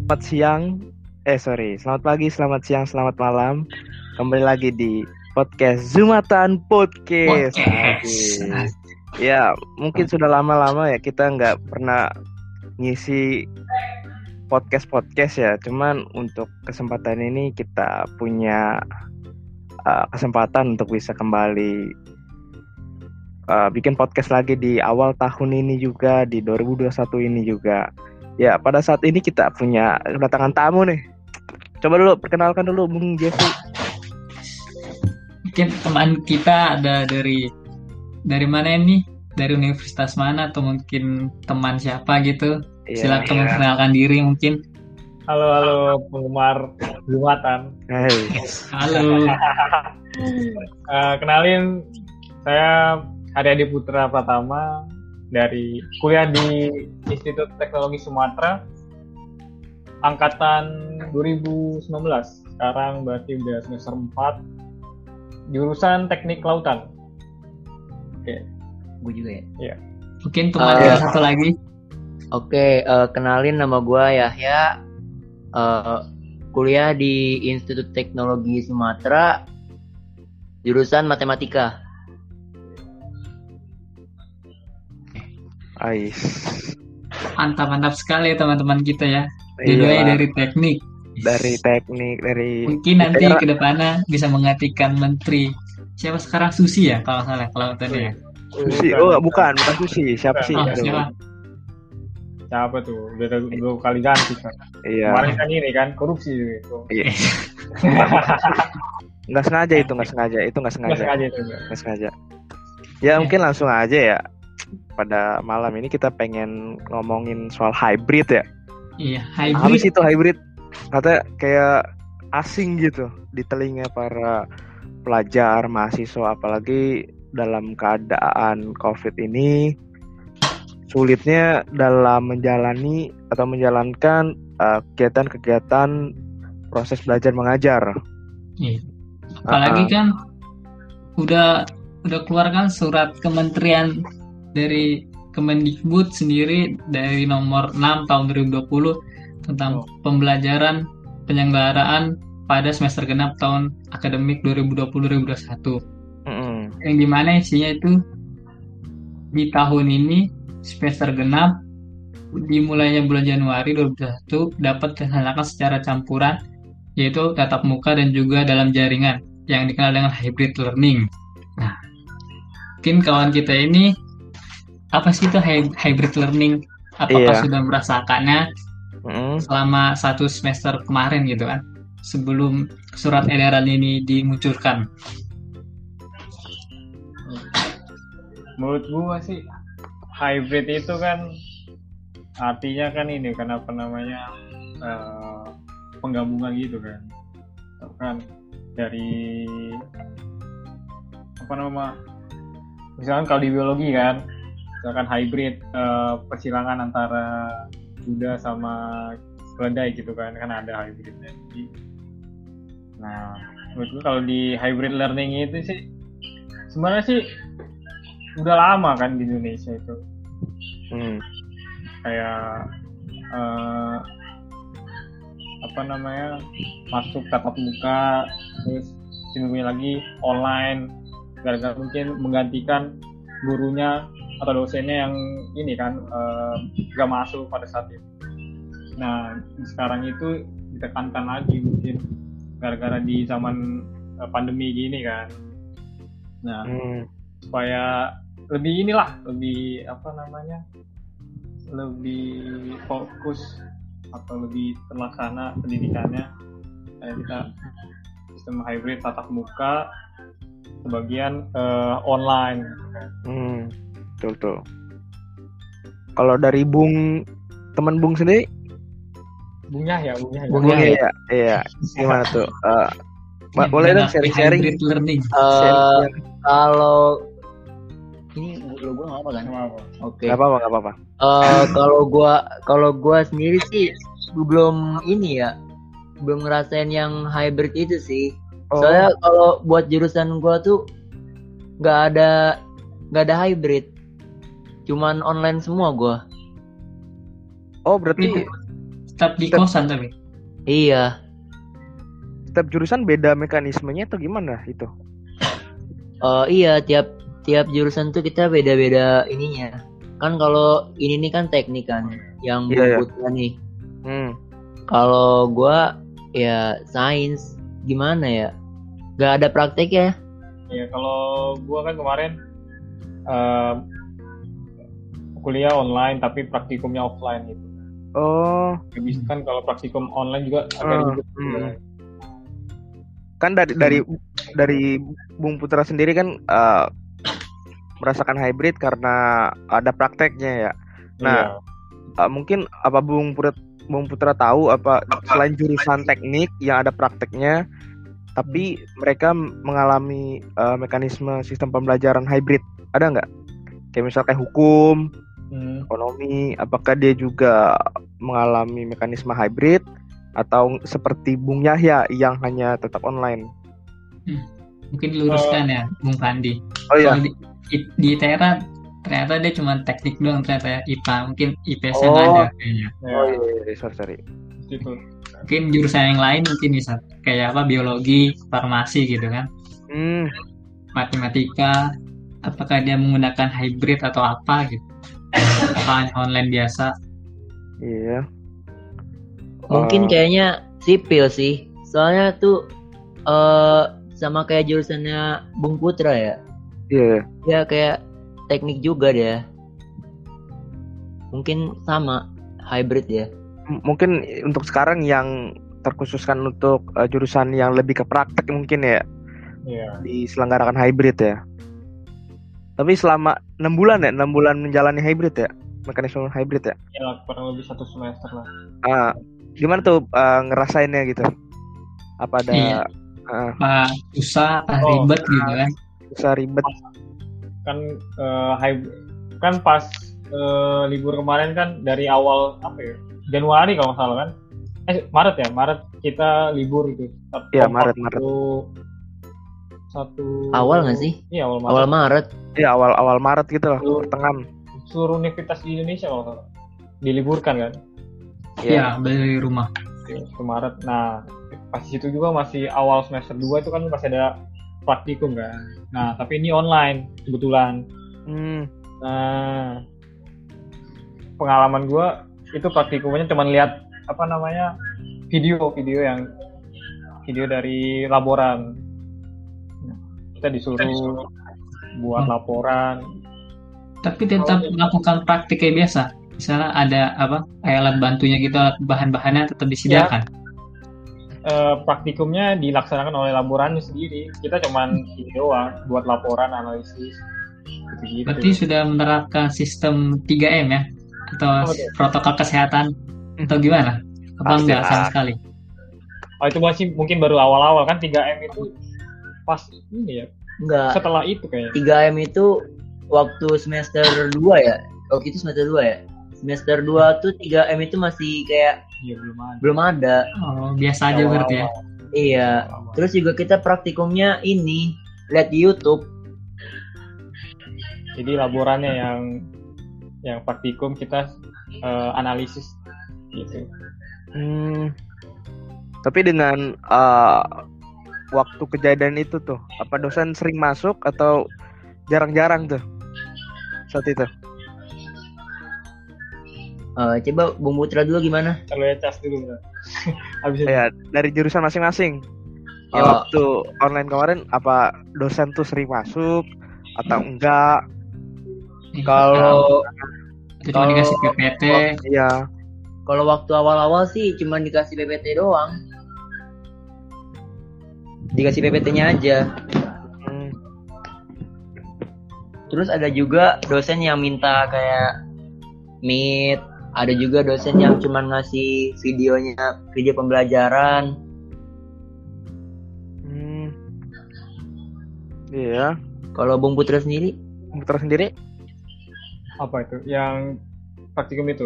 Selamat siang, selamat pagi, selamat siang, selamat malam. Kembali lagi di podcast Zumatan Podcast. Podcast. Ya, mungkin sudah lama-lama ya kita nggak pernah ngisi podcast ya. Cuman untuk kesempatan ini kita punya kesempatan untuk bisa kembali bikin podcast lagi di awal tahun ini juga, di 2021 ini juga. Ya, pada saat ini kita punya kedatangan tamu nih. Coba dulu perkenalkan dulu Bung Jeffrey. Mungkin teman kita ada dari mana ini? Dari universitas mana atau mungkin teman siapa gitu? Silakan memperkenalkan diri mungkin. Halo penggemar Jumatan. Hey. Halo. Kenalin, saya Haryadi Putra Pratama dari kuliah di Institut Teknologi Sumatera angkatan 2019. Sekarang berarti udah semester 4, jurusan Teknik Kelautan. Oke. Gue juga ya. Iya. Mungkin teman kita satu lagi. Oke, kenalin nama gue Yahya. Kuliah di Institut Teknologi Sumatera, jurusan Matematika. Ais. Mantap sekali teman-teman kita ya. Dua-duanya dari teknik. Dari mungkin nanti ke depannya bisa menggantikan menteri. Siapa sekarang Susi ya kalau salah kelautannya ya. Susi, bukan Susi. Siapa sih? Siapa tuh? Udah 2 kali ganti kan. Iya. Kemarin kan ini kan korupsi gitu. Iya. Nggak sengaja. Ya, mungkin langsung aja ya. Pada malam ini kita pengen ngomongin soal hybrid ya. Iya, hybrid. Apa sih itu hybrid? Katanya kayak asing gitu di telinga para pelajar, mahasiswa, apalagi dalam keadaan COVID ini sulitnya dalam menjalani atau menjalankan kegiatan-kegiatan proses belajar mengajar. Iya. Apalagi kan udah keluar kan surat kementerian dari Kemendikbud sendiri dari nomor 6 tahun 2020 tentang pembelajaran penyelenggaraan pada semester genap tahun akademik 2020-2021. Yang dimana isinya itu di tahun ini semester genap dimulainya bulan Januari 2021 dapat dilaksanakan secara campuran, yaitu tatap muka dan juga dalam jaringan yang dikenal dengan hybrid learning. Nah, mungkin kawan kita ini apa sih itu hybrid learning? Apakah sudah merasakannya selama 1 semester kemarin gitu kan? Sebelum surat edaran ini dimunculkan. Menurut gua sih hybrid itu kan artinya kan ini kan penggabungan gitu kan. Kan dari misalkan kalau di biologi kan misalkan hybrid persilangan antara kuda sama keledai gitu kan ada hybridnya. Nah, menurut gue kalau di hybrid learning itu sih sebenarnya sih udah lama kan di Indonesia itu. Kayak masuk tatap muka, terus seminggu lagi online, gara-gara mungkin menggantikan gurunya atau dosennya yang ini kan gak masuk pada saat itu. Nah, sekarang itu ditekankan lagi mungkin gara-gara di zaman pandemi gini kan. Nah, supaya lebih lebih fokus atau lebih terlaksana pendidikannya, kayak kita sistem hybrid tatap muka, sebagian online. Betul. Kalau dari teman Bung sendiri? Bung Yahya. Iya. Gimana tuh? Boleh dong sharing. Hybrid learning. Kalau ini gue nggak apa kan? Oke. Nggak apa-apa. Kalau gue sendiri sih belum ngerasain yang hybrid itu sih. Soalnya kalau buat jurusan gue tuh nggak ada hybrid. Cuman online semua gue. Oh, berarti tetap di kosan tapi. Iya. Setiap jurusan beda mekanismenya atau gimana itu? Iya, tiap jurusan tuh kita beda-beda ininya. Kan kalau ini nih kan teknik kan, yang Iya, Putra nih. Kalau gua ya sains, gimana ya? Gak ada praktek ya? Ya kalau gua kan kemarin kuliah online tapi praktikumnya offline gitu. Oh, Habis kan kalau praktikum online juga agak ribet. kan dari Bung Putra sendiri kan merasakan hybrid karena ada prakteknya ya. Nah, mungkin apa Bung Putra tahu apa selain jurusan teknik yang ada prakteknya, tapi mereka mengalami mekanisme sistem pembelajaran hybrid, ada nggak? Kayak misalkan hukum, ekonomi, apakah dia juga mengalami mekanisme hybrid atau seperti Bung Yahya yang hanya tetap online? Mungkin diluruskan ya, Bung Fandi. Oh iya. Kalau di Tera ternyata dia cuma teknik doang ternyata ya, IPA, mungkin IPS-nya nggak ada kayaknya. Oh iya, sorry. Gitu. Mungkin jurusan yang lain mungkin bisa kayak apa, biologi, farmasi gitu kan. Matematika, apakah dia menggunakan hybrid atau apa gitu? Apa online biasa? Iya. Mungkin kayaknya sipil sih. Soalnya tuh sama kayak jurusannya Bung Putra ya. Iya. Ya kayak teknik juga deh. Mungkin sama hybrid ya. Mungkin untuk sekarang yang terkhususkan untuk jurusan yang lebih ke praktek mungkin ya. Iya. Diselenggarakan hybrid ya. Tapi selama 6 bulan menjalani hybrid ya, mekanisme hybrid ya. Ya kurang lebih 1 semester lah. Gimana tuh ngerasainnya gitu? Apa ada susah, ribet gitu kan? Susah, ribet. Kan kan pas libur kemarin kan dari awal apa ya? Januari kalau nggak salah kan? Maret kita libur gitu. Iya, Maret. Awal nggak sih? Iya, awal Maret. Iya, awal Maret gitu lah, pertengahan. Seluruh universitas di Indonesia kalau nggak salah diliburkan kan? Iya, dari rumah. Ke Maret. Nah, pas itu juga masih awal semester 2 itu kan masih ada praktikum kan. Nah, tapi ini online kebetulan. Nah, pengalaman gue itu praktikumnya cuma lihat video dari laboran. Kita disuruh buat laporan. Tapi tetap melakukan praktik kayak biasa. Misalnya ada alat bantunya gitu, alat bahan-bahannya tetap disediakan. Praktikumnya dilaksanakan oleh laborannya sendiri. Kita cuman video doang buat laporan, analisis. Gitu-gitu. Berarti sudah menerapkan sistem 3M ya? Atau protokol kesehatan atau gimana? Apa enggak sama sekali? Oh, itu masih mungkin baru awal-awal kan 3M itu pas ini ya. Enggak. Setelah itu kayaknya. 3M itu waktu semester 2 ya. Waktu itu semester 2 ya. Semester 2 tuh 3M itu masih kayak belum ada. Oh, biasa aja berarti ya. Iya. Terus juga kita praktikumnya ini lihat di YouTube. Jadi laborannya yang praktikum kita analisis gitu. Tapi dengan waktu kejadian itu tuh, apa dosen sering masuk atau jarang-jarang tuh saat itu? Coba Bung Putra dulu gimana? Kalau ya cas dulu bro. Ya, dari jurusan masing-masing. Ya, waktu online kemarin apa dosen tuh sering masuk atau enggak? Kalau dikasih PPT. Iya. Kalau waktu awal-awal sih cuma dikasih PPT doang. Dikasih PPT-nya aja. Terus ada juga dosen yang minta kayak meet. Ada juga dosen yang cuma ngasih video pembelajaran. Iya. Kalau Bung Putra sendiri? Apa itu? Yang praktikum itu?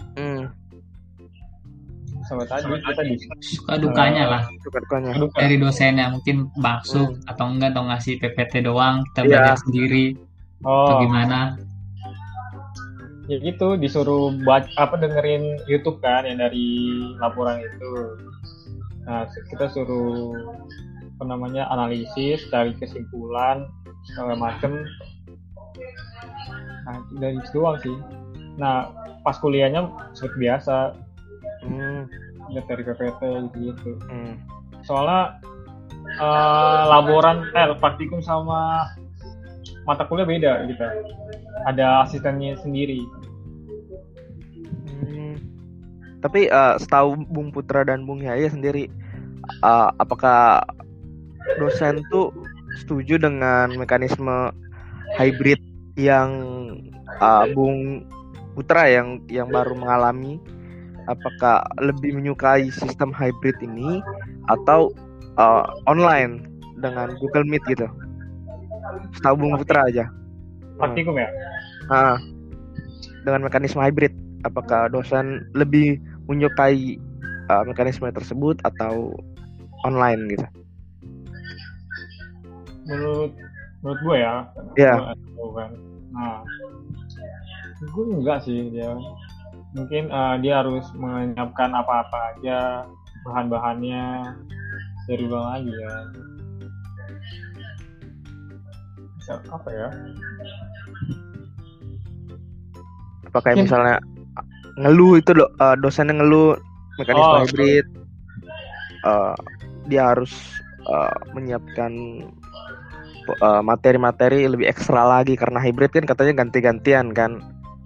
Sama tadi kita suka dukanya lah. Suka-dukanya. Dari dosennya mungkin masuk atau enggak, atau ngasih PPT doang, kita belajar sendiri. Atau gimana? Ya gitu, disuruh dengerin YouTube kan yang dari laporan itu. Nah, kita suruh analisis, cari kesimpulan segala macem. Nah, dari situ doang sih. Nah, pas kuliahnya seperti biasa. Lihat dari PPT gitu. Soalnya praktikum sama mata kuliah beda gitu. Ada asistennya sendiri. Tapi setahu Bung Putra dan Bung Yaya sendiri, apakah dosen tuh setuju dengan mekanisme hybrid yang Bung Putra yang baru mengalami? Apakah lebih menyukai sistem hybrid ini atau online dengan Google Meet gitu? Setahu Bung Putra aja. Praktikum ya? Dengan mekanisme hybrid, apakah dosen lebih menyukai mekanisme tersebut atau online gitu? Menurut gue ya. Iya. Nah, gue enggak sih dia. Mungkin dia harus menyiapkan apa-apa aja bahan-bahannya dari ulang lagi ya. Bisa apa ya? Apakah misalnya ngeluh itu dosennya ngeluh mekanisme hybrid, dia harus menyiapkan materi-materi lebih ekstra lagi karena hybrid kan katanya ganti-gantian kan.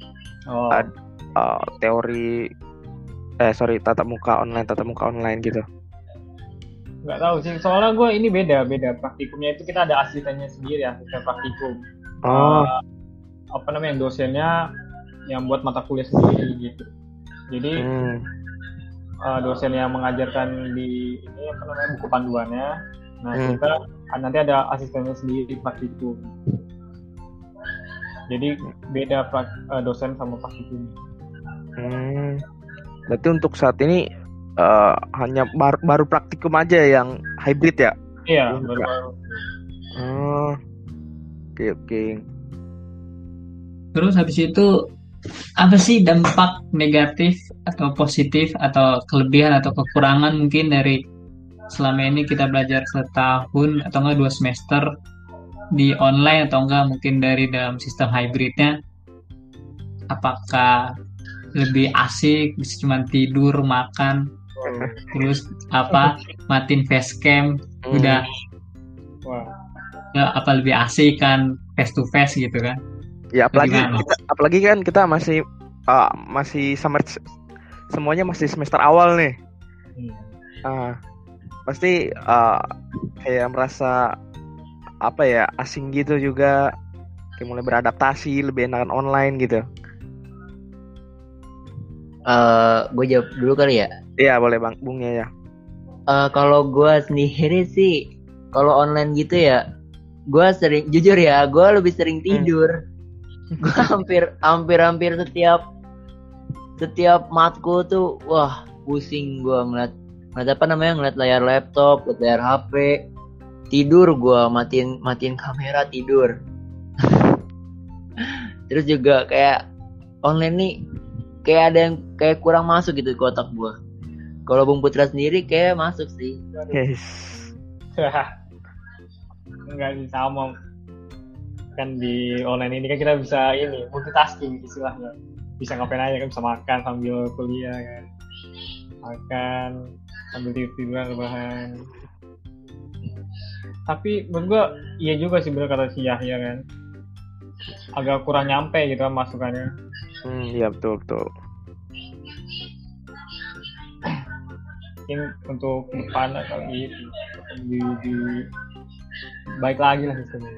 Teori tatap muka online gitu. Nggak tahu sih, soalnya gue ini beda praktikumnya itu kita ada asistennya sendiri, asisten praktikum. Dosennya yang buat mata kuliah sendiri gitu. Jadi dosen yang mengajarkan di buku panduannya. Nah, kita nanti ada asistennya sendiri praktikum. Jadi beda dosen sama praktikum. Berarti untuk saat ini hanya baru praktikum aja yang hybrid ya? Iya, baru. Oke. Terus habis itu apa sih dampak negatif atau positif atau kelebihan atau kekurangan mungkin dari selama ini kita belajar setahun atau enggak 2 semester di online atau enggak mungkin dari dalam sistem hybridnya? Apakah lebih asik bisa cuma tidur makan terus matiin facecam udah apa lebih asik kan face to face gitu kan? Ya apalagi kan kita masih semuanya masih semester awal nih. Pasti kayak merasa asing gitu juga, kayak mulai beradaptasi lebih enakan online gitu. Gue jawab dulu kali ya. Iya boleh Bang Bungnya ya. Kalau gue sendiri sih kalau online gitu ya, gue jujur ya, gue lebih sering tidur. Gue hampir setiap matkul tuh pusing gue ngeliat layar laptop, ngeliat layar HP, tidur gue matiin kamera tidur. Terus juga kayak online nih kayak ada yang kayak kurang masuk gitu ke otak gue. Kalau Bung Putra sendiri kayak masuk sih. Yes. Enggak sih, sama. Kan di online ini kan kita bisa multitasking istilahnya. Bisa ngapain aja kan, bisa makan sambil kuliah kan. Makan sambil tiduran rebahan. Tapi menurut gue iya juga sih benar kata si Yahya kan. Agak kurang nyampe gitu kan masukannya. Iya betul. Mungkin untuk depan kali itu lebih baik lagi lah sistemnya.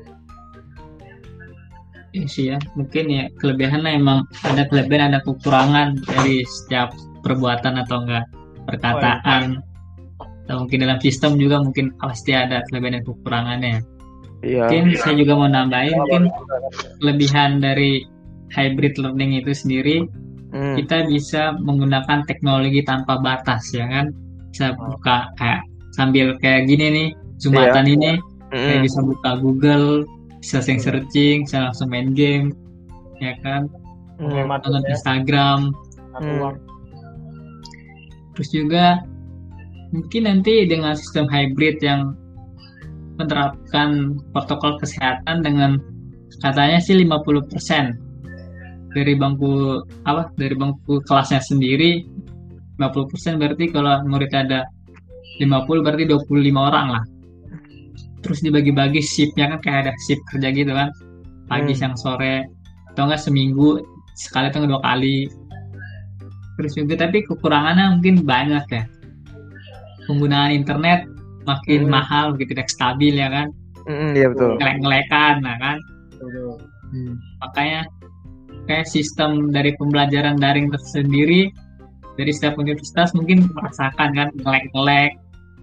Iya sih ya, mungkin ya kelebihannya emang ada kelebihan ada kekurangan dari setiap perbuatan atau enggak perkataan. Atau mungkin dalam sistem juga mungkin pasti ada kelebihan dan kekurangannya. Iya. Mungkin saya juga mau nambahin mungkin kelebihan dari hybrid learning itu sendiri, kita bisa menggunakan teknologi tanpa batas ya kan, bisa buka kayak sambil kayak gini nih Zoom-atan ini kayak bisa buka Google, bisa searching, bisa langsung main game ya kan, menghemat nonton ya, Instagram. satu uang. Terus juga mungkin nanti dengan sistem hybrid yang menerapkan protokol kesehatan dengan katanya sih 50% dari bangku kelasnya sendiri. 50% berarti kalau murid ada 50 berarti 25 orang lah. Terus dibagi-bagi shiftnya kan kayak ada shift kerja gitu kan, pagi siang sore, atau enggak seminggu sekali atau 2 kali. Terus juga tapi kekurangannya mungkin banyak ya, penggunaan internet makin mahal, begitu tidak stabil ya kan. Iya betul. Ngelek-ngelekan nah kan. Betul. Makanya kayak sistem dari pembelajaran daring tersendiri dari setiap universitas mungkin merasakan kan ngelek-ngelek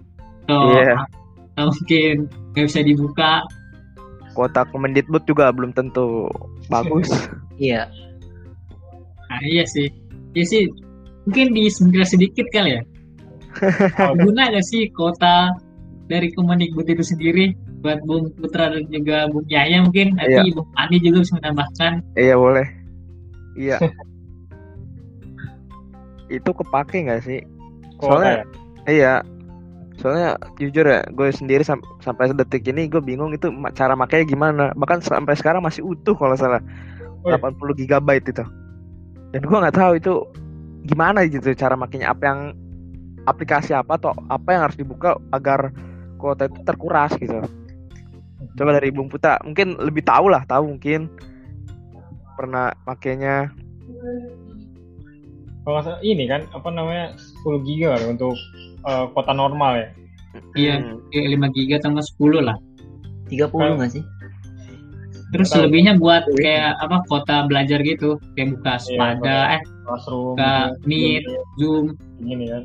atau mungkin nggak bisa dibuka. Kuota Kemendikbud juga belum tentu bagus. Iya. Nah iya sih mungkin sedikit kali ya. Guna nggak sih kuota dari Kemendikbud itu sendiri buat Bung Putra dan juga Bung Yahya, mungkin nanti Bung Andi juga bisa menambahkan. Iya boleh. Iya. Itu kepake nggak sih? Soalnya soalnya jujur ya, gue sendiri sampai detik ini gue bingung itu cara makanya gimana. Bahkan sampai sekarang masih utuh kalau salah 80 GB itu. Dan gue nggak tahu itu gimana gitu cara makanya, apa yang aplikasi apa atau apa yang harus dibuka agar kuota itu terkuras gitu. Coba dari Bung Putra mungkin lebih tahu mungkin pernah makainya. Kalau nggak salah ini kan 10 giga kan untuk kota normal ya. Iya, 5 giga tambah 10 lah. 30 nggak sih? Terus selebihnya buat kayak kota belajar gitu, kayak buka Spada, Classroom, buka Meet, Zoom. Gini kan.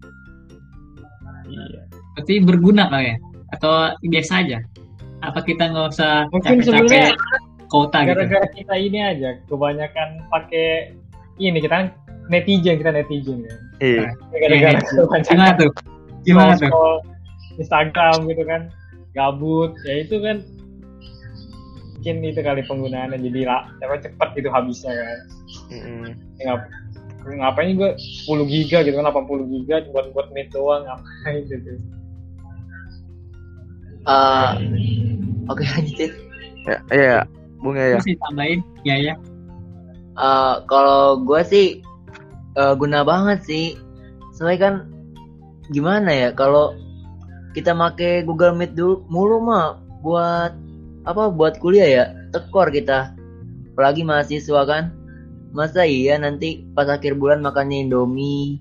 Iya. Berarti berguna kali ya? Atau biasa aja? Apa kita nggak usah Mungkin capek-capek kota gitu? Gara-gara kita ini aja kebanyakan pakai ini, kita kan netizen kan. Iya. Gara-gara Gimana tuh? Instagram gitu kan, gabut ya itu kan, mungkin itu kali penggunaannya jadi cepat gitu habisnya kan. Ngapain gue 10 giga gitu kan, 80 giga buat meet doang, ngapain gitu. Oke lanjutin. Ya Bung ya. Terus ditambahin ya. Kalau gue sih guna banget sih. Soalnya kan gimana ya, kalau kita make Google Meet mulu mah buat kuliah ya tekor kita. Apalagi mahasiswa kan. Masa iya nanti pas akhir bulan makannya Indomie.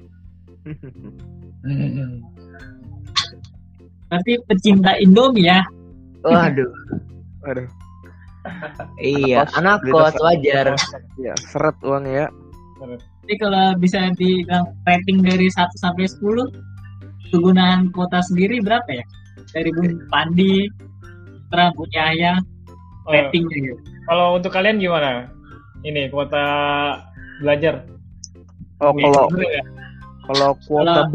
Berarti pecinta Indomie ya. Waduh. Iya, anak kos wajar. Ya, seret uang ya. Jadi kalau bisa di rating dari 1 sampai 10, kegunaan kuota sendiri berapa ya? Dari Bung Pandi, Putra, Bung Yahya, ratingnya gitu. Kalau untuk kalian gimana? Ini kuota belajar. Oh, kalau kuota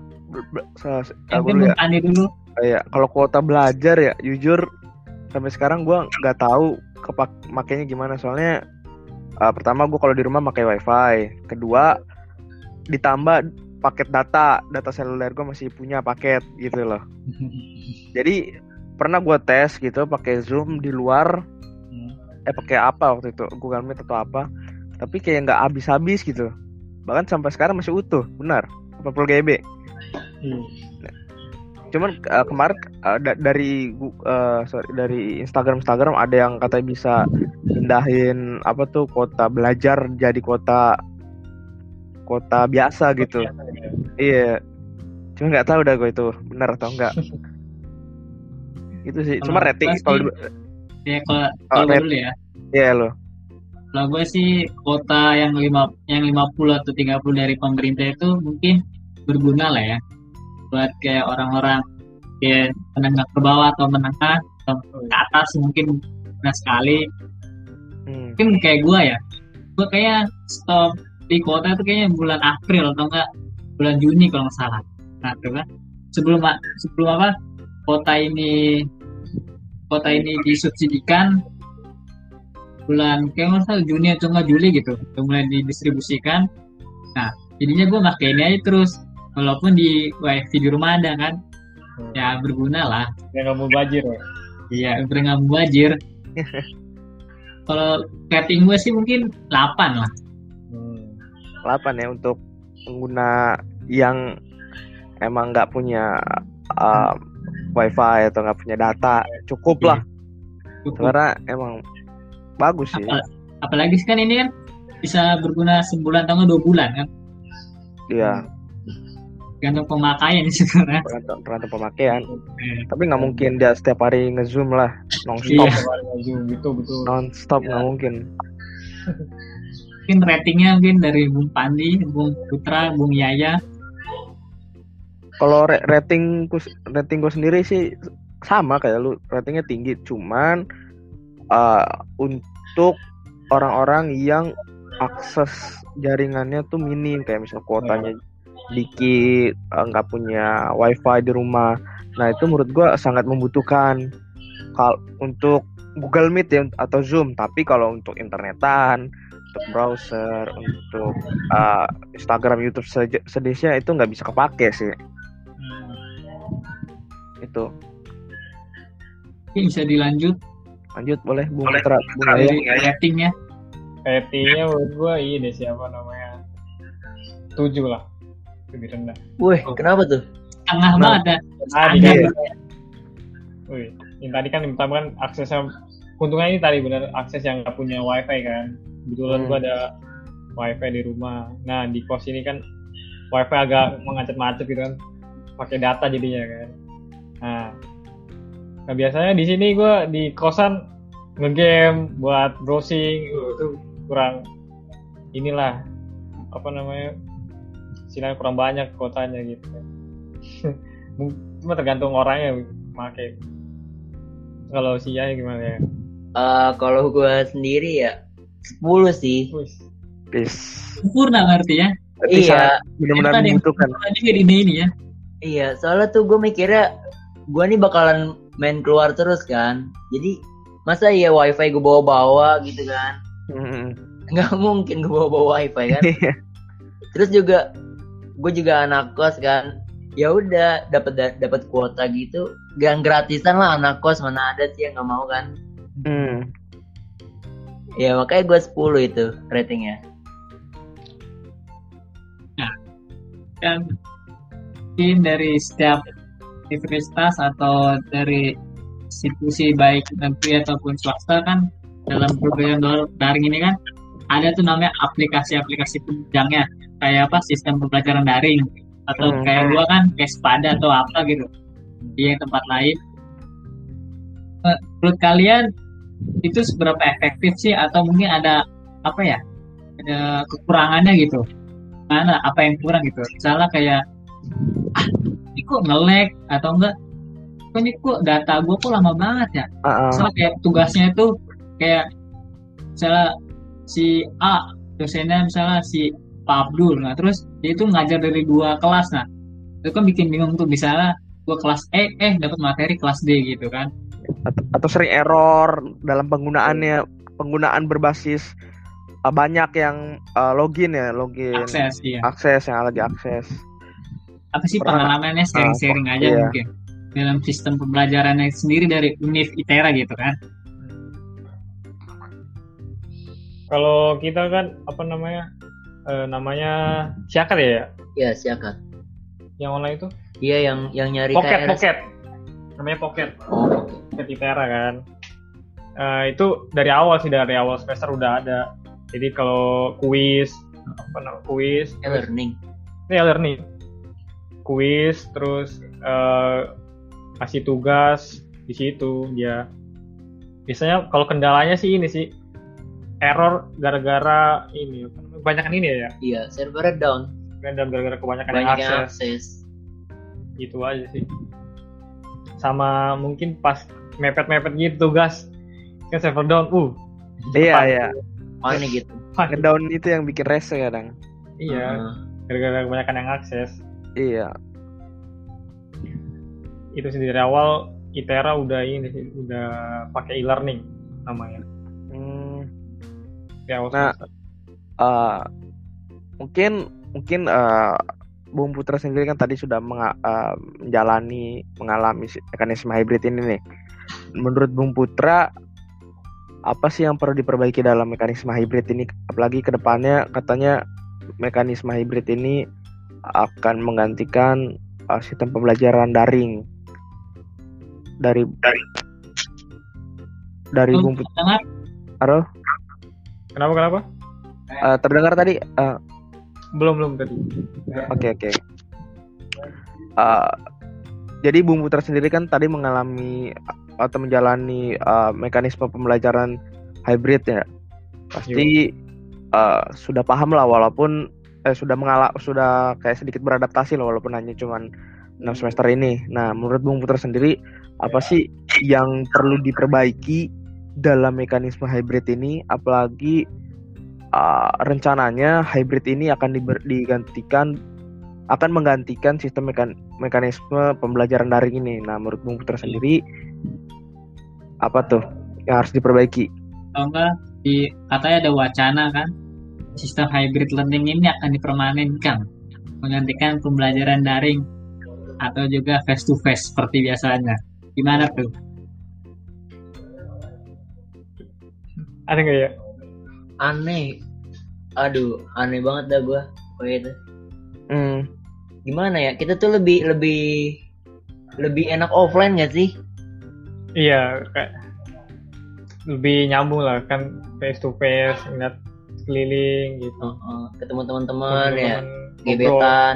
Bung Pandi dulu. Iya, kalau kuota belajar ya jujur sampai sekarang gue nggak tahu makainya gimana. Soalnya pertama gue kalau di rumah pakai wifi, kedua ditambah paket data seluler gue masih punya paket gitu loh. Jadi pernah gue tes gitu pakai Zoom di luar, pakai apa waktu itu, Google Meet atau apa, tapi kayak nggak habis gitu. Bahkan sampai sekarang masih utuh, benar 40 GB. Cuman kemarin dari Instagram ada yang katanya bisa pindahin kuota belajar jadi kuota biasa gitu. Iya. Cuma nggak tahu dah gue itu benar atau enggak. Itu sih. Cuma rating kalau dulu ya. Iya lo. Kalau gue sih kuota yang 50 atau 30 dari pemerintah itu mungkin berguna lah ya. Buat kayak orang-orang kayak menengah ke bawah atau menengah atau ke atas mungkin benar sekali. Mungkin kayak gue kayak stop di kuota itu kayaknya bulan April atau enggak bulan Juni kalau nggak salah. Nah, itu kan sebelum kuota ini disubsidikan, bulan kayak nggak salah Juni atau nggak Juli gitu udah mulai didistribusikan. Nah jadinya gue pakai ini aja terus walaupun di wifi di rumah ada kan ya berguna lah. Ya nggak mau bajir ya. Iya udah nggak mubazir. Kalau rating gue sih mungkin 8 lah. 8 ya untuk pengguna yang emang nggak punya wifi atau nggak punya data cukup lah. Cukup. Karena emang bagus sih. Apalagi kan ini kan bisa berguna sebulan atau 2 bulan kan. Iya. Gantung pemakaian sih sebenarnya. Tergantung pemakaian. Tapi nggak mungkin dia setiap hari nge-zoom lah non-stop. Iya. Betul. Non-stop nggak mungkin. Mungkin ratingnya mungkin dari Bung Pandi, Bung Putra, Bung Yaya. Kalau rating gue sendiri sih sama kayak lu, ratingnya tinggi. Cuman untuk orang-orang yang akses jaringannya tuh minim, kayak misal kuotanya dikit, nggak punya wifi di rumah. Nah itu menurut gue sangat membutuhkan untuk Google Meet ya atau Zoom. Tapi kalau untuk internetan, untuk browser, untuk Instagram, YouTube sejenisnya itu nggak bisa kepake sih. Itu. Mungkin bisa lanjut Boleh Bung Putra, Bung Yaya. ratingnya. Ratingnya menurut gue ini siapa namanya 7 lah, lebih rendah. Wih, kenapa tuh? Tengah banget dah. Tadi Standar. kan, yang tadi kan yang pertama kan aksesnya, untungnya ini tadi benar akses yang nggak punya wifi kan. Kebetulan gue ada wifi di rumah. Nah di kos ini kan wifi agak macet-macet gitu kan, pakai data jadinya kan. Nah biasanya di sini gue di kosan ngegame buat browsing itu kurang inilah apa namanya, sinyal kurang banyak kotanya gitu. Cuma tergantung orangnya pakai. Kalau si Yaya gimana ya? Kalau gue sendiri ya 10 sih. Sempurna ngerti ya. Iya. Benar-benar membutuhkan. Juga di ini ya. Iya, soalnya tuh gue mikirnya gue nih bakalan main keluar terus kan. Jadi masa ya wifi gue bawa-bawa gitu kan? Nggak mungkin gue bawa wifi kan. Terus juga gue juga anak kos kan. Ya udah dapat kuota gitu, gang gratisan lah anak kos, mana ada sih yang nggak mau kan. Ya makanya gue 10 itu ratingnya. Nah kan mungkin dari setiap universitas atau dari institusi baik negeri ataupun swasta kan dalam pembelajaran daring ini kan ada tuh namanya aplikasi-aplikasi penunjangnya, kayak apa sistem pembelajaran daring atau kayak gua kan kayak Spada atau apa gitu di tempat lain. Menurut kalian itu seberapa efektif sih, atau mungkin ada apa ya, ada kekurangannya gitu, mana apa yang kurang gitu, misalnya kayak ini kok nge-lag atau enggak, ini kok data gue kok lama banget ya. Misalnya kayak tugasnya itu kayak misalnya si A dosennya misalnya si Pak Abdul, nah terus dia itu ngajar dari 2 kelas, nah itu kan bikin bingung tuh, misalnya gue kelas E dapat materi kelas D gitu kan. Atau sering error dalam penggunaan berbasis banyak yang login akses, iya. Akses yang lagi akses. Apa sih pengalamannya, sharing aja iya. Mungkin dalam sistem pembelajarannya sendiri dari Univ ITERA gitu kan. Kalau kita kan apa namanya Siakat ya? Iya, Siakat. Yang online itu? Iya, yang nyari Pocket. Namanya Pocket. Pocket ITERA kan. Itu dari awal semester udah ada. Jadi kalau kuis e-learning. Kuis terus kasih tugas di situ dia. Biasanya kalau kendalanya sih ini sih error gara-gara ini kebanyakan ini ya. Iya, servernya down. Gara-gara kebanyakan yang akses. Gitu aja sih. Sama mungkin pas mepet-mepet gitu tugas kan server down. Iya. Panik gitu. Ngedown itu yang bikin rese kadang. Iya. Gara-gara kebanyakan yang akses. Iya. Itu sih dari awal ITERA udah pakai e-learning namanya. Ya, Nah, mungkin Bung Putra sendiri kan tadi sudah mengalami mekanisme hybrid ini nih. Menurut Bung Putra, apa sih yang perlu diperbaiki dalam mekanisme hybrid ini? Apalagi ke depannya katanya mekanisme hybrid ini akan menggantikan sistem pembelajaran daring. Dari Bung Putra. Halo? Kenapa? Terdengar tadi? Belum tadi. Oke. Jadi Bung Putra sendiri kan tadi mengalami atau menjalani mekanisme pembelajaran hybrid ya. Pasti sudah paham lah, walaupun sudah kayak sedikit beradaptasi lah, walaupun hanya cuman 6 semester ini. Nah, menurut Bung Putra sendiri, apa sih yang perlu diperbaiki dalam mekanisme hybrid ini? Apalagi rencananya hybrid ini akan menggantikan sistem mekanisme pembelajaran daring ini. Nah, menurut Bung Putra sendiri, apa tuh yang harus diperbaiki? Enggak, katanya ada wacana kan, sistem hybrid learning ini akan dipermanenkan, menggantikan pembelajaran daring atau juga face to face seperti biasanya. Gimana tuh? Aneh nggak ya? Aneh. Aduh, aneh banget dah gue kayak itu. Gimana ya? Kita tuh lebih enak offline nggak sih? Iya, kayak lebih nyambung lah kan, face to face, ngeliat keliling gitu. Ketemu teman-teman ya, Ngobrol. gebetan.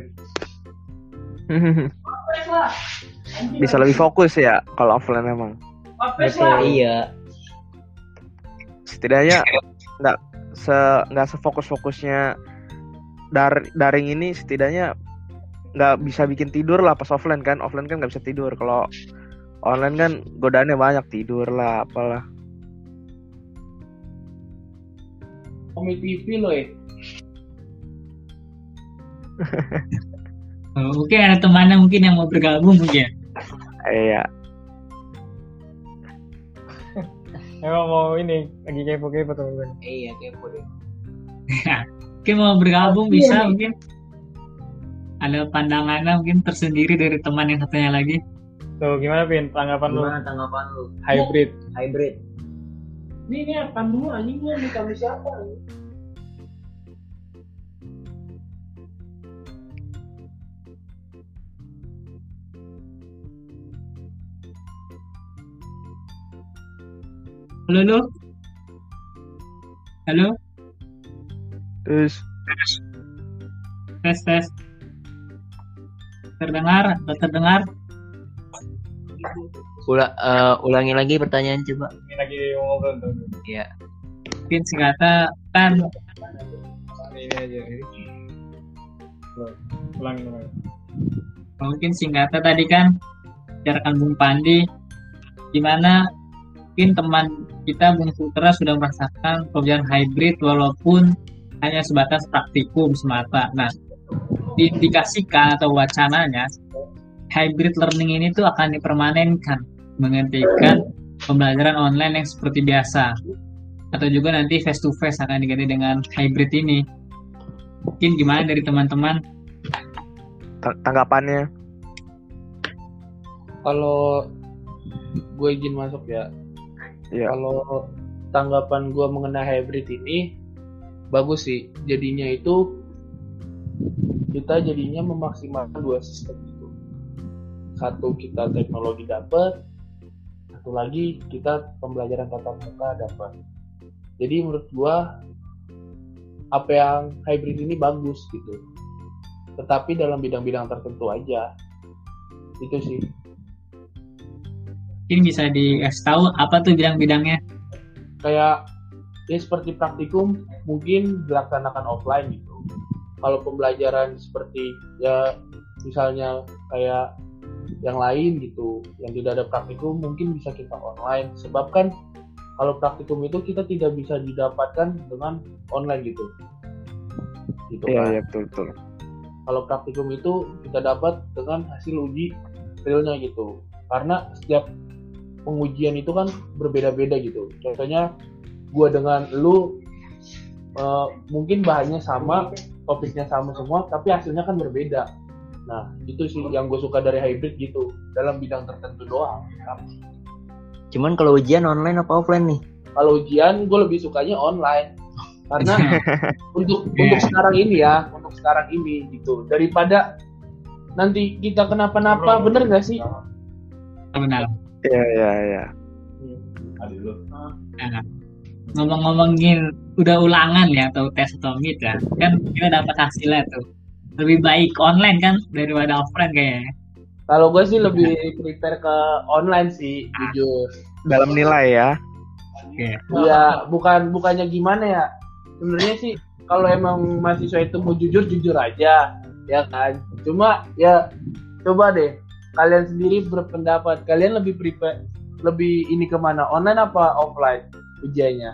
Bisa lebih fokus ya kalau offline emang. Betul. Iya. Setidaknya nggak sefokus-fokusnya daring ini, setidaknya nggak bisa bikin tidur lah pas offline kan nggak bisa tidur. Kalau online kan godaannya banyak, tidur lah apalah. Komik TV loh ya. Mungkin ada temannya mungkin yang mau bergabung mungkin. Iya. Emang mau ini lagi kepo teman-teman. Iya, kepo deh. Mungkin mau bergabung bisa mungkin. Ada pandangannya mungkin tersendiri dari teman yang satunya lagi. Tuh gimana Pin, tanggapan lu? Hybrid. Ini apaan dulu anjing, gua minta sama siapa? Halo. Terus Tes. Terdengar? Ulangi lagi pertanyaan coba. Ini lagi ngobrol tuh. Iya. Mungkin singkatnya kan Ini aja. Ulangi. mungkin singkatnya tadi kan bicarakan Bung Pandi, gimana mungkin teman kita Bung Putra sudah merasakan pembelajaran hybrid walaupun hanya sebatas praktikum semata. Nah, diindikasikan atau wacananya hybrid learning ini tuh akan dipermanenkan, menggantikan pembelajaran online yang seperti biasa, atau juga nanti face to face akan diganti dengan hybrid ini. Mungkin gimana dari teman-teman? tanggapannya? Kalau gue izin masuk ya. Iya. Kalau tanggapan gue mengenai hybrid ini bagus sih. Jadinya itu kita jadinya memaksimalkan dua sistem itu. Satu kita teknologi dapat, satu lagi kita pembelajaran tatap muka dapat. Jadi menurut gue apa yang hybrid ini bagus gitu. Tetapi dalam bidang-bidang tertentu aja. Itu sih. Mungkin bisa dikasih tahu apa tuh bidang-bidangnya? Kayak ya seperti praktikum mungkin dilaksanakan offline gitu. Kalau pembelajaran seperti ya misalnya kayak yang lain gitu, yang tidak ada praktikum mungkin bisa kita online. Sebab kan kalau praktikum itu kita tidak bisa didapatkan dengan online gitu. Gitu kan. Iya, betul. Kalau praktikum itu kita dapat dengan hasil uji realnya gitu. Karena setiap pengujian itu kan berbeda-beda gitu. Contohnya gue dengan lu mungkin bahannya sama, topiknya sama semua, tapi hasilnya kan berbeda. Nah, itu sih yang gue suka dari hybrid gitu, dalam bidang tertentu doang. Cuman kalau ujian online apa offline nih? Kalau ujian gue lebih sukanya online, karena untuk sekarang ini gitu, daripada nanti kita kenapa-napa, bener nggak sih? Benar. Iya. Nah, ngomong-ngomongin udah ulangan ya atau tes atau meet ya, kan kita dapat hasilnya tuh. Lebih baik online kan daripada offline kayaknya. Kalau gue sih lebih prepare ke online sih, jujur. Dalam nilai ya. Iya, bukannya gimana ya? Sebenarnya sih kalau emang mahasiswa itu mau jujur aja, ya kan. Cuma ya coba deh kalian sendiri berpendapat, kalian lebih prepare, lebih ini kemana, online apa offline ujiannya?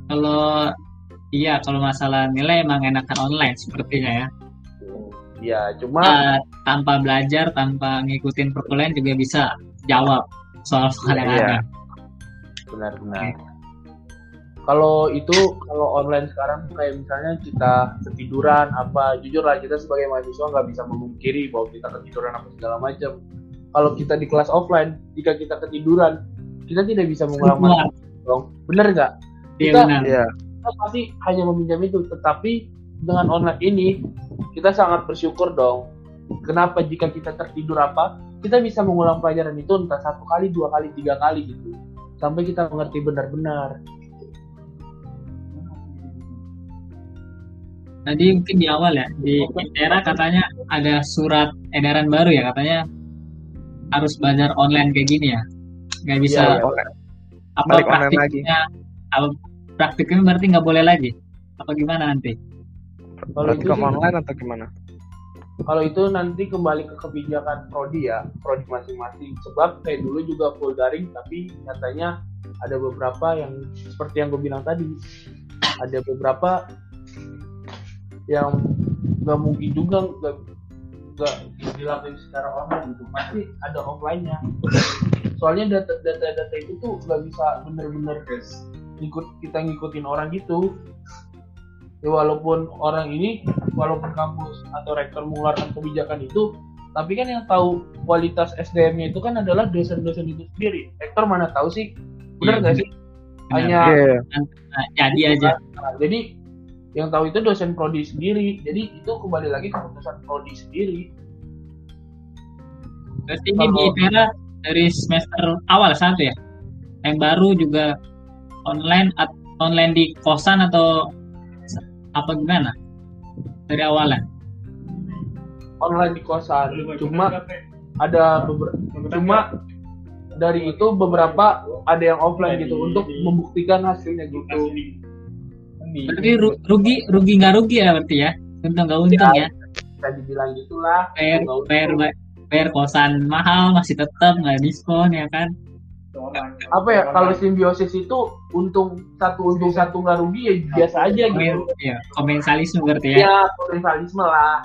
Kalau masalah nilai emang enakan online sepertinya ya. Ya, cuma tanpa belajar, tanpa ngikutin perkuliahan juga bisa jawab soal-soal yang ada. Benar-benar. Kalau online sekarang kayak misalnya kita ketiduran apa, jujur lah kita sebagai mahasiswa nggak bisa memungkiri bahwa kita ketiduran apa segala macam. Kalau kita di kelas offline, jika kita ketiduran, kita tidak bisa mengulang materi dong. Bener nggak? Kita pasti hanya meminjam itu, tetapi dengan online ini kita sangat bersyukur dong. Kenapa jika kita tertidur kita bisa mengulang pelajaran itu entah 1 kali, 2 kali, 3 kali gitu, sampai kita mengerti benar-benar. Tadi mungkin di awal ya, di Intera katanya ada surat edaran baru ya, katanya harus belajar online kayak gini ya, nggak bisa praktiknya berarti nggak boleh lagi, apa gimana nanti? Kalau itu online atau gimana? Kalau itu nanti kembali ke kebijakan prodi masing-masing. Sebab kayak dulu juga full daring, tapi nyatanya ada beberapa yang seperti yang gue bilang tadi, ada beberapa yang nggak mungkin juga nggak dilakukan secara online gitu, pasti ada offline-nya. Soalnya data itu tuh nggak bisa bener-bener kita ngikutin orang gitu. Ya walaupun kampus atau rektor mengeluarkan kebijakan itu, tapi kan yang tahu kualitas SDM-nya itu kan adalah dosen-dosen itu sendiri. Rektor mana tahu sih, benar nggak sih? Hanya jadi aja. Jadi yang tahu itu dosen prodi sendiri. Jadi itu kembali lagi keputusan prodi sendiri. Berarti ini di Intera dari semester awal 1 ya? Yang baru juga online di kosan atau apa gimana? Dari awalan? Online di kosan. Cuma ada dari itu beberapa ada yang offline gitu untuk membuktikan hasilnya gitu. Berarti rugi nggak rugi ya berarti ya? Untung nggak untung ya? Bisa dibilang gitulah. Bayar kosan mahal masih tetap nggak diskon ya kan? Apa ya, kalau simbiosis itu untung satu nggak rugi ya biasa aja gitu. Ya, komensalisme berarti ya? Ya, komensalisme lah.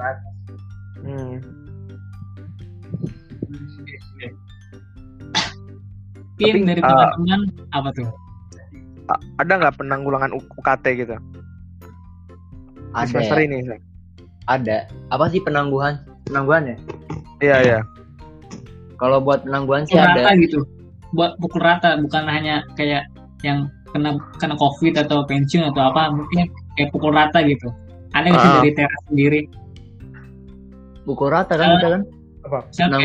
Mungkin dari teman-teman apa tuh? Ada nggak penanggulangan UKT gitu? Ada. Semester ini, Ada. Apa sih penangguhannya? Iya. Kalau buat penangguhan sih ada. ada. Gitu. Buat pukul rata, bukan hanya kayak yang kena COVID atau pensiun atau apa, mungkin kayak pukul rata gitu. Ada nggak sih dari teras sendiri? Pukul rata kan kita kan? Apa?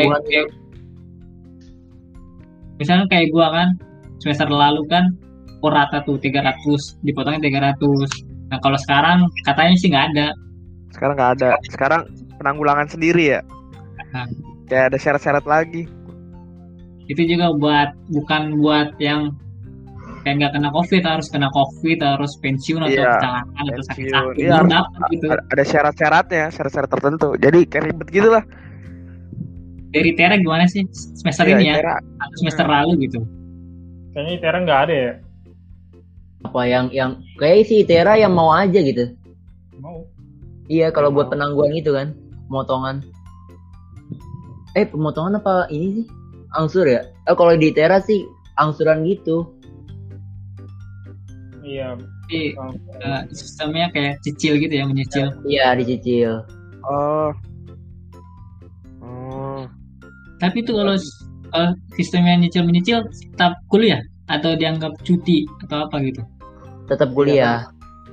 Misalnya kayak gua kan semester lalu kan pukul rata tuh 300, dipotongnya 300. Nah kalau sekarang katanya sih nggak ada. Sekarang nggak ada. Sekarang penanggulangan sendiri ya. Nah. Kayak ada syarat-syarat lagi. Itu juga bukan buat yang kayak nggak kena COVID, harus pensiun atau kecelakaan atau sakit-sakit. Iya, gitu. Ada syarat-syaratnya, syarat-syarat tertentu. Jadi kayak ribet gitu lah. Dari Tera gimana sih semester ini ya? Atau semester lalu gitu? Kayaknya Tera nggak ada ya. Apa yang kayak si Tera yang mau aja gitu? Mau. Iya, kalau buat penangguhan itu kan, pemotongan. Pemotongan apa ini sih? Angsur ya? Kalau di Tera sih angsuran gitu. Iya. Tapi sistemnya kayak cicil gitu ya, menyicil. Iya, dicicil. Oh. Tapi itu kalau sistemnya menyicil tetap kuliah atau dianggap cuti atau apa gitu? Tetap kuliah.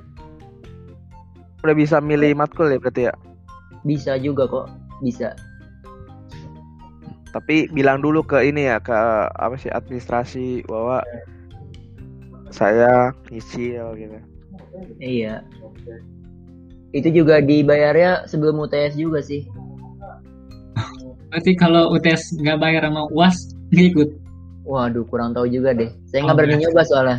Udah bisa milih matkul ya berarti ya? Bisa juga kok, bisa. Tapi bilang dulu ke ini ya, ke apa sih, administrasi bahwa saya nyicil gitu. Iya. Itu juga dibayarnya sebelum UTS juga sih. Berarti kalau UTS nggak bayar sama UAS nggak ikut? Waduh, kurang tahu juga deh. Saya nggak berani nyoba soalnya.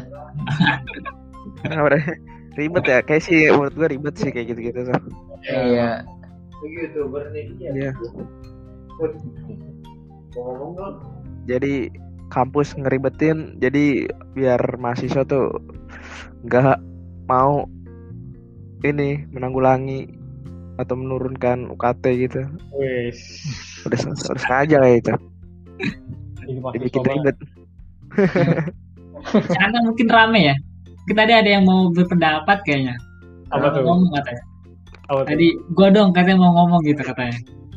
Ribet ya, kayak sih menurut gue ribet sih kayak gitu-gitu so. Iya. Begitu berarti. Iya. Jadi kampus ngeribetin, jadi biar mahasiswa tuh nggak mau ini menanggulangi atau menurunkan UKT gitu. Wes. Udah sengaja kayak itu. Dibikin ribet. Karena mungkin rame ya. Kita tadi ada yang mau berpendapat kayaknya. Apa tuh? Ngomong katanya. Apa tuh? Tadi gua dong katanya mau ngomong gitu katanya.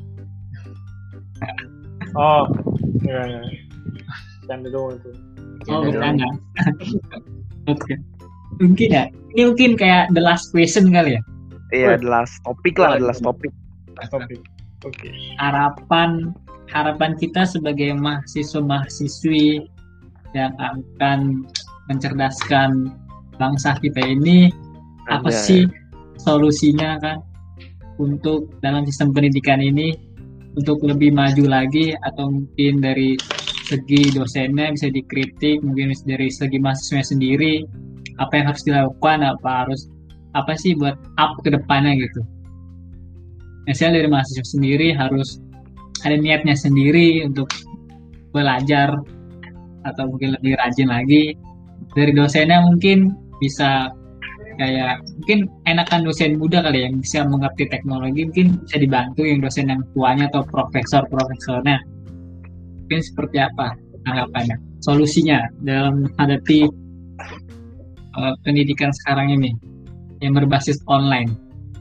Oh, iya. Canda doang itu. Oh, bercanda. Oke. Mungkin ya. Ini mungkin kayak the last question kali ya. Iya, the last topic lah, the last topic. Topik. Oke. Harapan kita sebagai mahasiswa-mahasiswi yang akan mencerdaskan bangsa kita ini, apa sih solusinya kan untuk dalam sistem pendidikan ini untuk lebih maju lagi, atau mungkin dari segi dosennya bisa dikritik, mungkin dari segi mahasiswa sendiri apa yang harus dilakukan, apa sih buat up ke depannya gitu. Misalnya dari mahasiswa sendiri harus ada niatnya sendiri untuk belajar atau mungkin lebih rajin lagi. Dari dosennya mungkin bisa kayak, mungkin enakan dosen muda kali yang bisa mengerti teknologi, mungkin bisa dibantu yang dosen yang tuanya atau profesornya. Mungkin seperti apa tanggapannya, solusinya dalam menghadapi pendidikan sekarang ini yang berbasis online.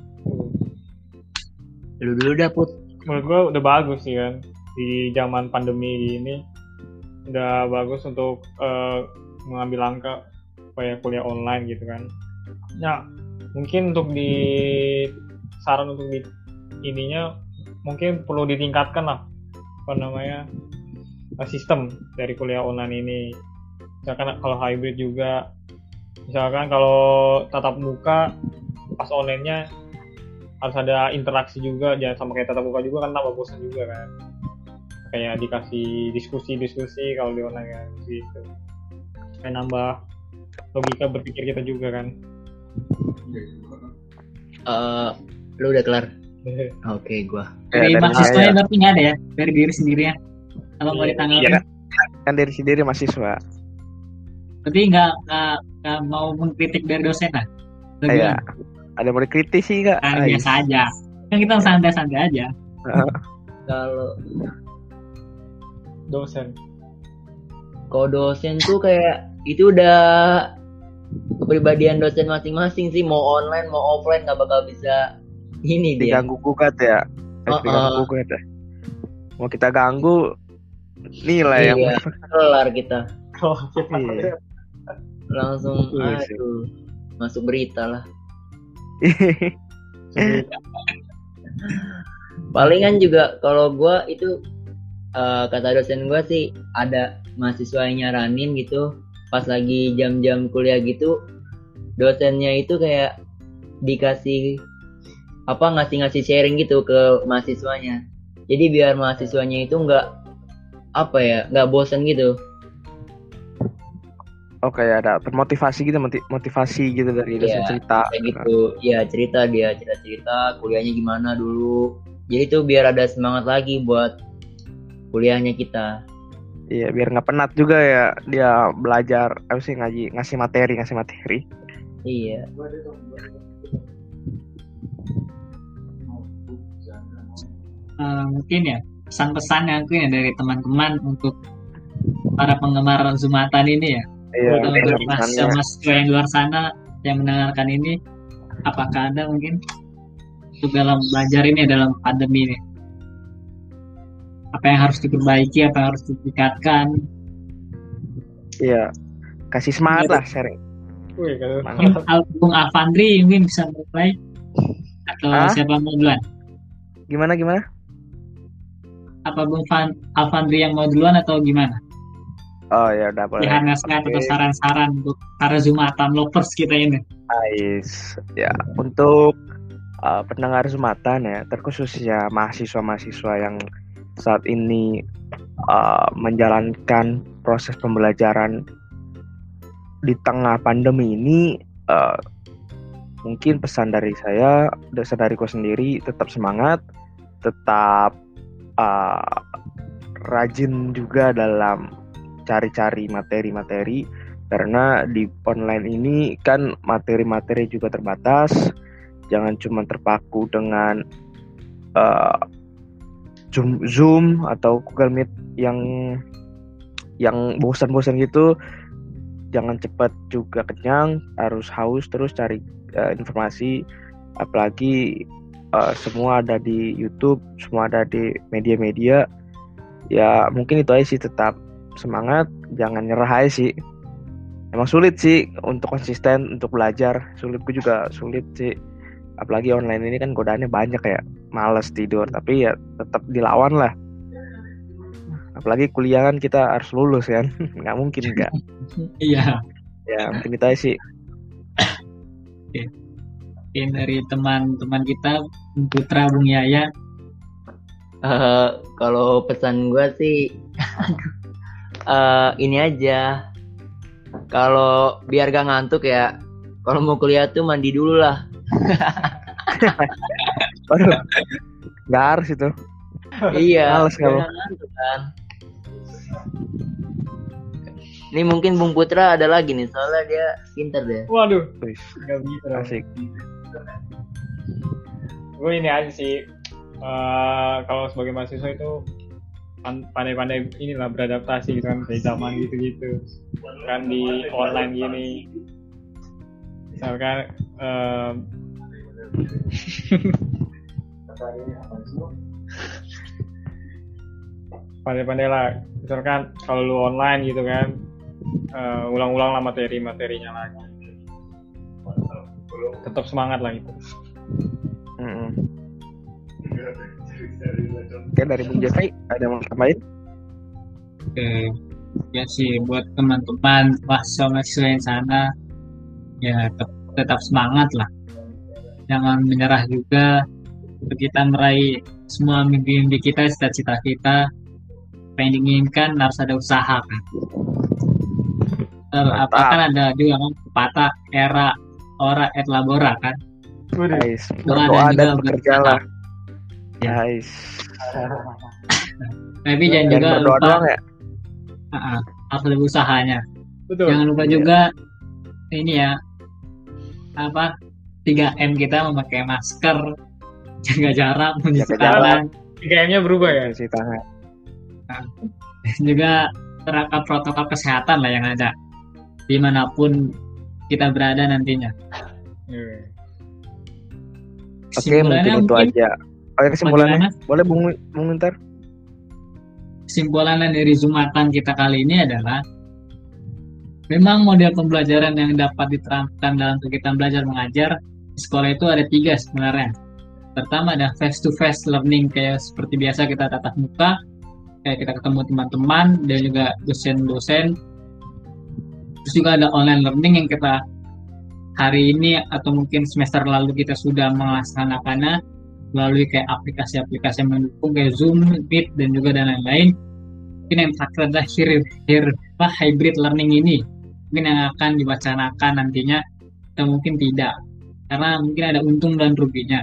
Lu dulu dah, Put. Menurut gue udah bagus sih kan, di zaman pandemi ini udah bagus untuk mengambil langkah supaya kuliah online gitu kan. Ya mungkin untuk saran untuk ininya mungkin perlu ditingkatkan lah sistem dari kuliah online ini. Misalkan kalau hybrid juga, misalkan kalau tatap muka pas online-nya harus ada interaksi juga, jangan sama kayak tatap muka juga kan tambah bosan juga kan. Kayak dikasih diskusi kalau di online kan gitu. Kayak nambah logika berpikir kita juga kan. Lu udah kelar? Oke, gua. Dari mahasiswanya tapi nggak ada ya, dari diri sendiri ya. Kalau mau ditanggapi? Iya kan dari sendiri mahasiswa. Berarti nggak mau mengkritik dari dosen lah? Iya. Ada mau dikritik sih nggak? Biasa aja. Kan kita santai-santai aja. Kalau dosen tuh kayak itu udah kepribadian dosen masing-masing sih, mau online mau offline nggak bakal bisa ini dia. Diganggu gugat ya. Diganggu gugat ya. Mau kita ganggu nilai yang kelar kita. Iya. Langsung masuk berita lah. Palingan juga kalau gue itu kata dosen gue sih, ada mahasiswa yang nyaranin gitu pas lagi jam-jam kuliah gitu, dosennya itu kayak dikasih ngasih sharing gitu ke mahasiswanya, jadi biar mahasiswanya itu nggak bosan gitu. Oke, ada termotivasi gitu, motivasi gitu dari dosen cerita. Kayak gitu, ya cerita kuliahnya gimana dulu. Jadi tuh biar ada semangat lagi buat kuliahnya kita. Iya, biar nggak penat juga ya dia belajar, ngasih materi. Iya. Mungkin ya pesan-pesan yang mungkin ya dari teman-teman untuk para penggemar Zumatan ini ya. Iya, untuk mahasiswa yang di luar sana, yang mendengarkan ini, apakah ada mungkin untuk dalam belajar ini, dalam pandemi ini, apa yang harus diperbaiki, apa yang harus ditingkatkan? Iya, kasih semangat lah sharing. Wih, kalau Mungkin Bung Alfandri mungkin bisa mulai, atau siapa mau duluan? Gimana? Apa Bung Alfandri yang mau duluan atau gimana? Oh ya udah boleh. Ya, nasihat atau saran-saran untuk para Zumatan lovers kita ini. Ais. Ya, untuk pendengar Zumatan ya, terkhususnya mahasiswa-mahasiswa yang saat ini menjalankan proses pembelajaran di tengah pandemi ini, mungkin pesan dariku sendiri, tetap semangat, tetap rajin juga dalam cari-cari materi-materi, karena di online ini kan materi-materi juga terbatas. Jangan cuma terpaku dengan Zoom atau Google Meet yang bosan-bosan gitu. Jangan cepat juga kenyang, harus haus terus cari informasi. Apalagi semua ada di YouTube, semua ada di media-media. Ya mungkin itu aja sih, tetap semangat, jangan nyerah aja sih. Emang sulit sih untuk konsisten untuk belajar, gue juga sulit sih. Apalagi online ini kan godaannya banyak ya, malas tidur, tapi ya tetap dilawan lah. Apalagi kuliah kan kita harus lulus kan, nggak mungkin nggak. Iya. Ya mungkin itu aja sih. Oke. Mungkin dari teman-teman kita, Bung Putra, Bung Yaya. Kalau pesan gue sih ini aja, kalau biar gak ngantuk ya, kalau mau kuliah tuh mandi dulu lah. Waduh, nggak harus itu. Iya, Males kamu. ngantuk kan. Ini mungkin Bung Putra ada lagi nih, soalnya dia pinter deh. waduh, Wih, nggak gitu dong. asik. Gue ini aja sih, kalau sebagai mahasiswa itu pandai-pandai inilah beradaptasi gitu kan, kayak zaman gitu-gitu kan di online gini. Misalkan pandai-pandai lah, misalkan kalau lu online gitu kan, ulang-ulang lah materinya lagi, tetap semangat lah gitu. Oke, dari Bung Jeffrey ada mau tambahin? Oke. Ya sih, buat teman-teman mahasiswa yang sana, ya tetap semangat lah. Jangan menyerah juga. Untuk kita meraih semua mimpi-mimpi kita, cita-cita kita, apa yang diinginkan harus ada usaha kan. Apa kan ada juga kan pepatah era ora et labora kan. Guys, Doa berdoa dan dan juga bekerjalah. Ya. Guys, Tapi jangan juga berdoa lupa doang ya. harus ada usahanya. Betul. Jangan lupa juga ini ya, 3M kita, memakai masker, jaga jarak, mencuci tangan, 3M-nya berubah ya. Cuci tangan. juga terapkan protokol kesehatan lah yang ada dimanapun kita berada nantinya. Oke, mungkin itu aja. Oke, kesimpulannya boleh Bung Inter? Kesimpulan dari Zumatan kita kali ini adalah, memang model pembelajaran yang dapat diterapkan dalam kegiatan belajar mengajar di sekolah itu ada 3 sebenarnya. Pertama ada face-to-face learning, kayak seperti biasa kita tatap muka, kayak kita ketemu teman-teman dan juga dosen-dosen. Terus juga ada online learning yang kita hari ini atau mungkin semester lalu kita sudah melaksanakannya melalui kayak aplikasi-aplikasi yang mendukung kayak Zoom, Meet, dan juga dan lain-lain. Mungkin yang terakhir adalah hybrid learning ini, mungkin yang akan diwacanakan nantinya atau mungkin tidak, karena mungkin ada untung dan ruginya.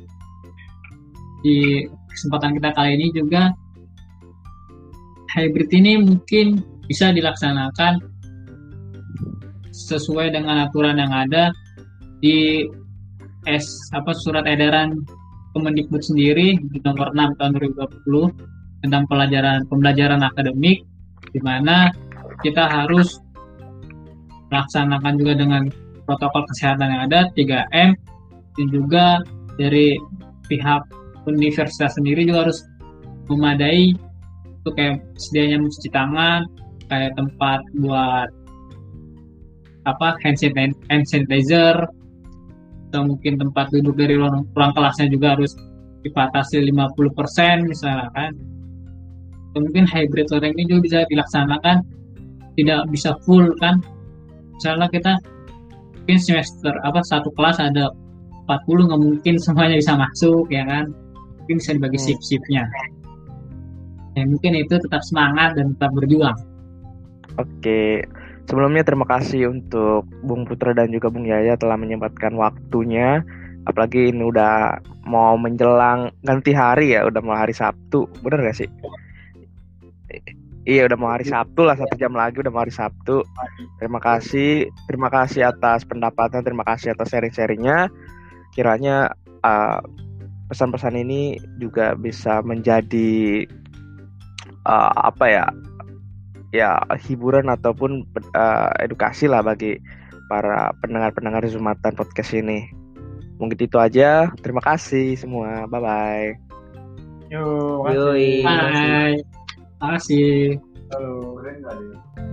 Di kesempatan kita kali ini juga, hybrid ini mungkin bisa dilaksanakan sesuai dengan aturan yang ada di surat edaran Kemendikbud sendiri di nomor 6 tahun 2020 tentang pembelajaran akademik, di mana kita harus melaksanakan juga dengan protokol kesehatan yang ada 3M, dan juga dari pihak universitas sendiri juga harus memadai untuk kayak sedianya mencuci tangan, kayak tempat buat hand sanitizer, atau mungkin tempat duduk dari ruang kelasnya juga harus dibatasi 50% misalnya kan. Atau mungkin hybrid learning ini juga bisa dilaksanakan tidak bisa full kan. Misalnya kita mungkin semester satu kelas ada 40, nggak mungkin semuanya bisa masuk ya kan. Mungkin bisa dibagi shift-shiftnya. Ya mungkin itu tetap semangat dan tetap berjuang. Oke, sebelumnya terima kasih untuk Bung Putra dan juga Bung Yaya telah menyempatkan waktunya. Apalagi ini udah mau menjelang ganti hari ya, udah mau hari Sabtu, bener gak sih? Iya, udah mau hari Sabtu lah, 1 jam lagi udah mau hari Sabtu. Terima kasih atas pendapatnya, terima kasih atas sharing-sharingnya. Kiranya pesan-pesan ini juga bisa menjadi hiburan ataupun edukasi lah bagi para pendengar-pendengar Zumatan podcast ini. Mungkin itu aja. Terima kasih semua. Bye-bye. Yuk, Yoi. Bye. Terima kasih. Halo, keren nggak dia?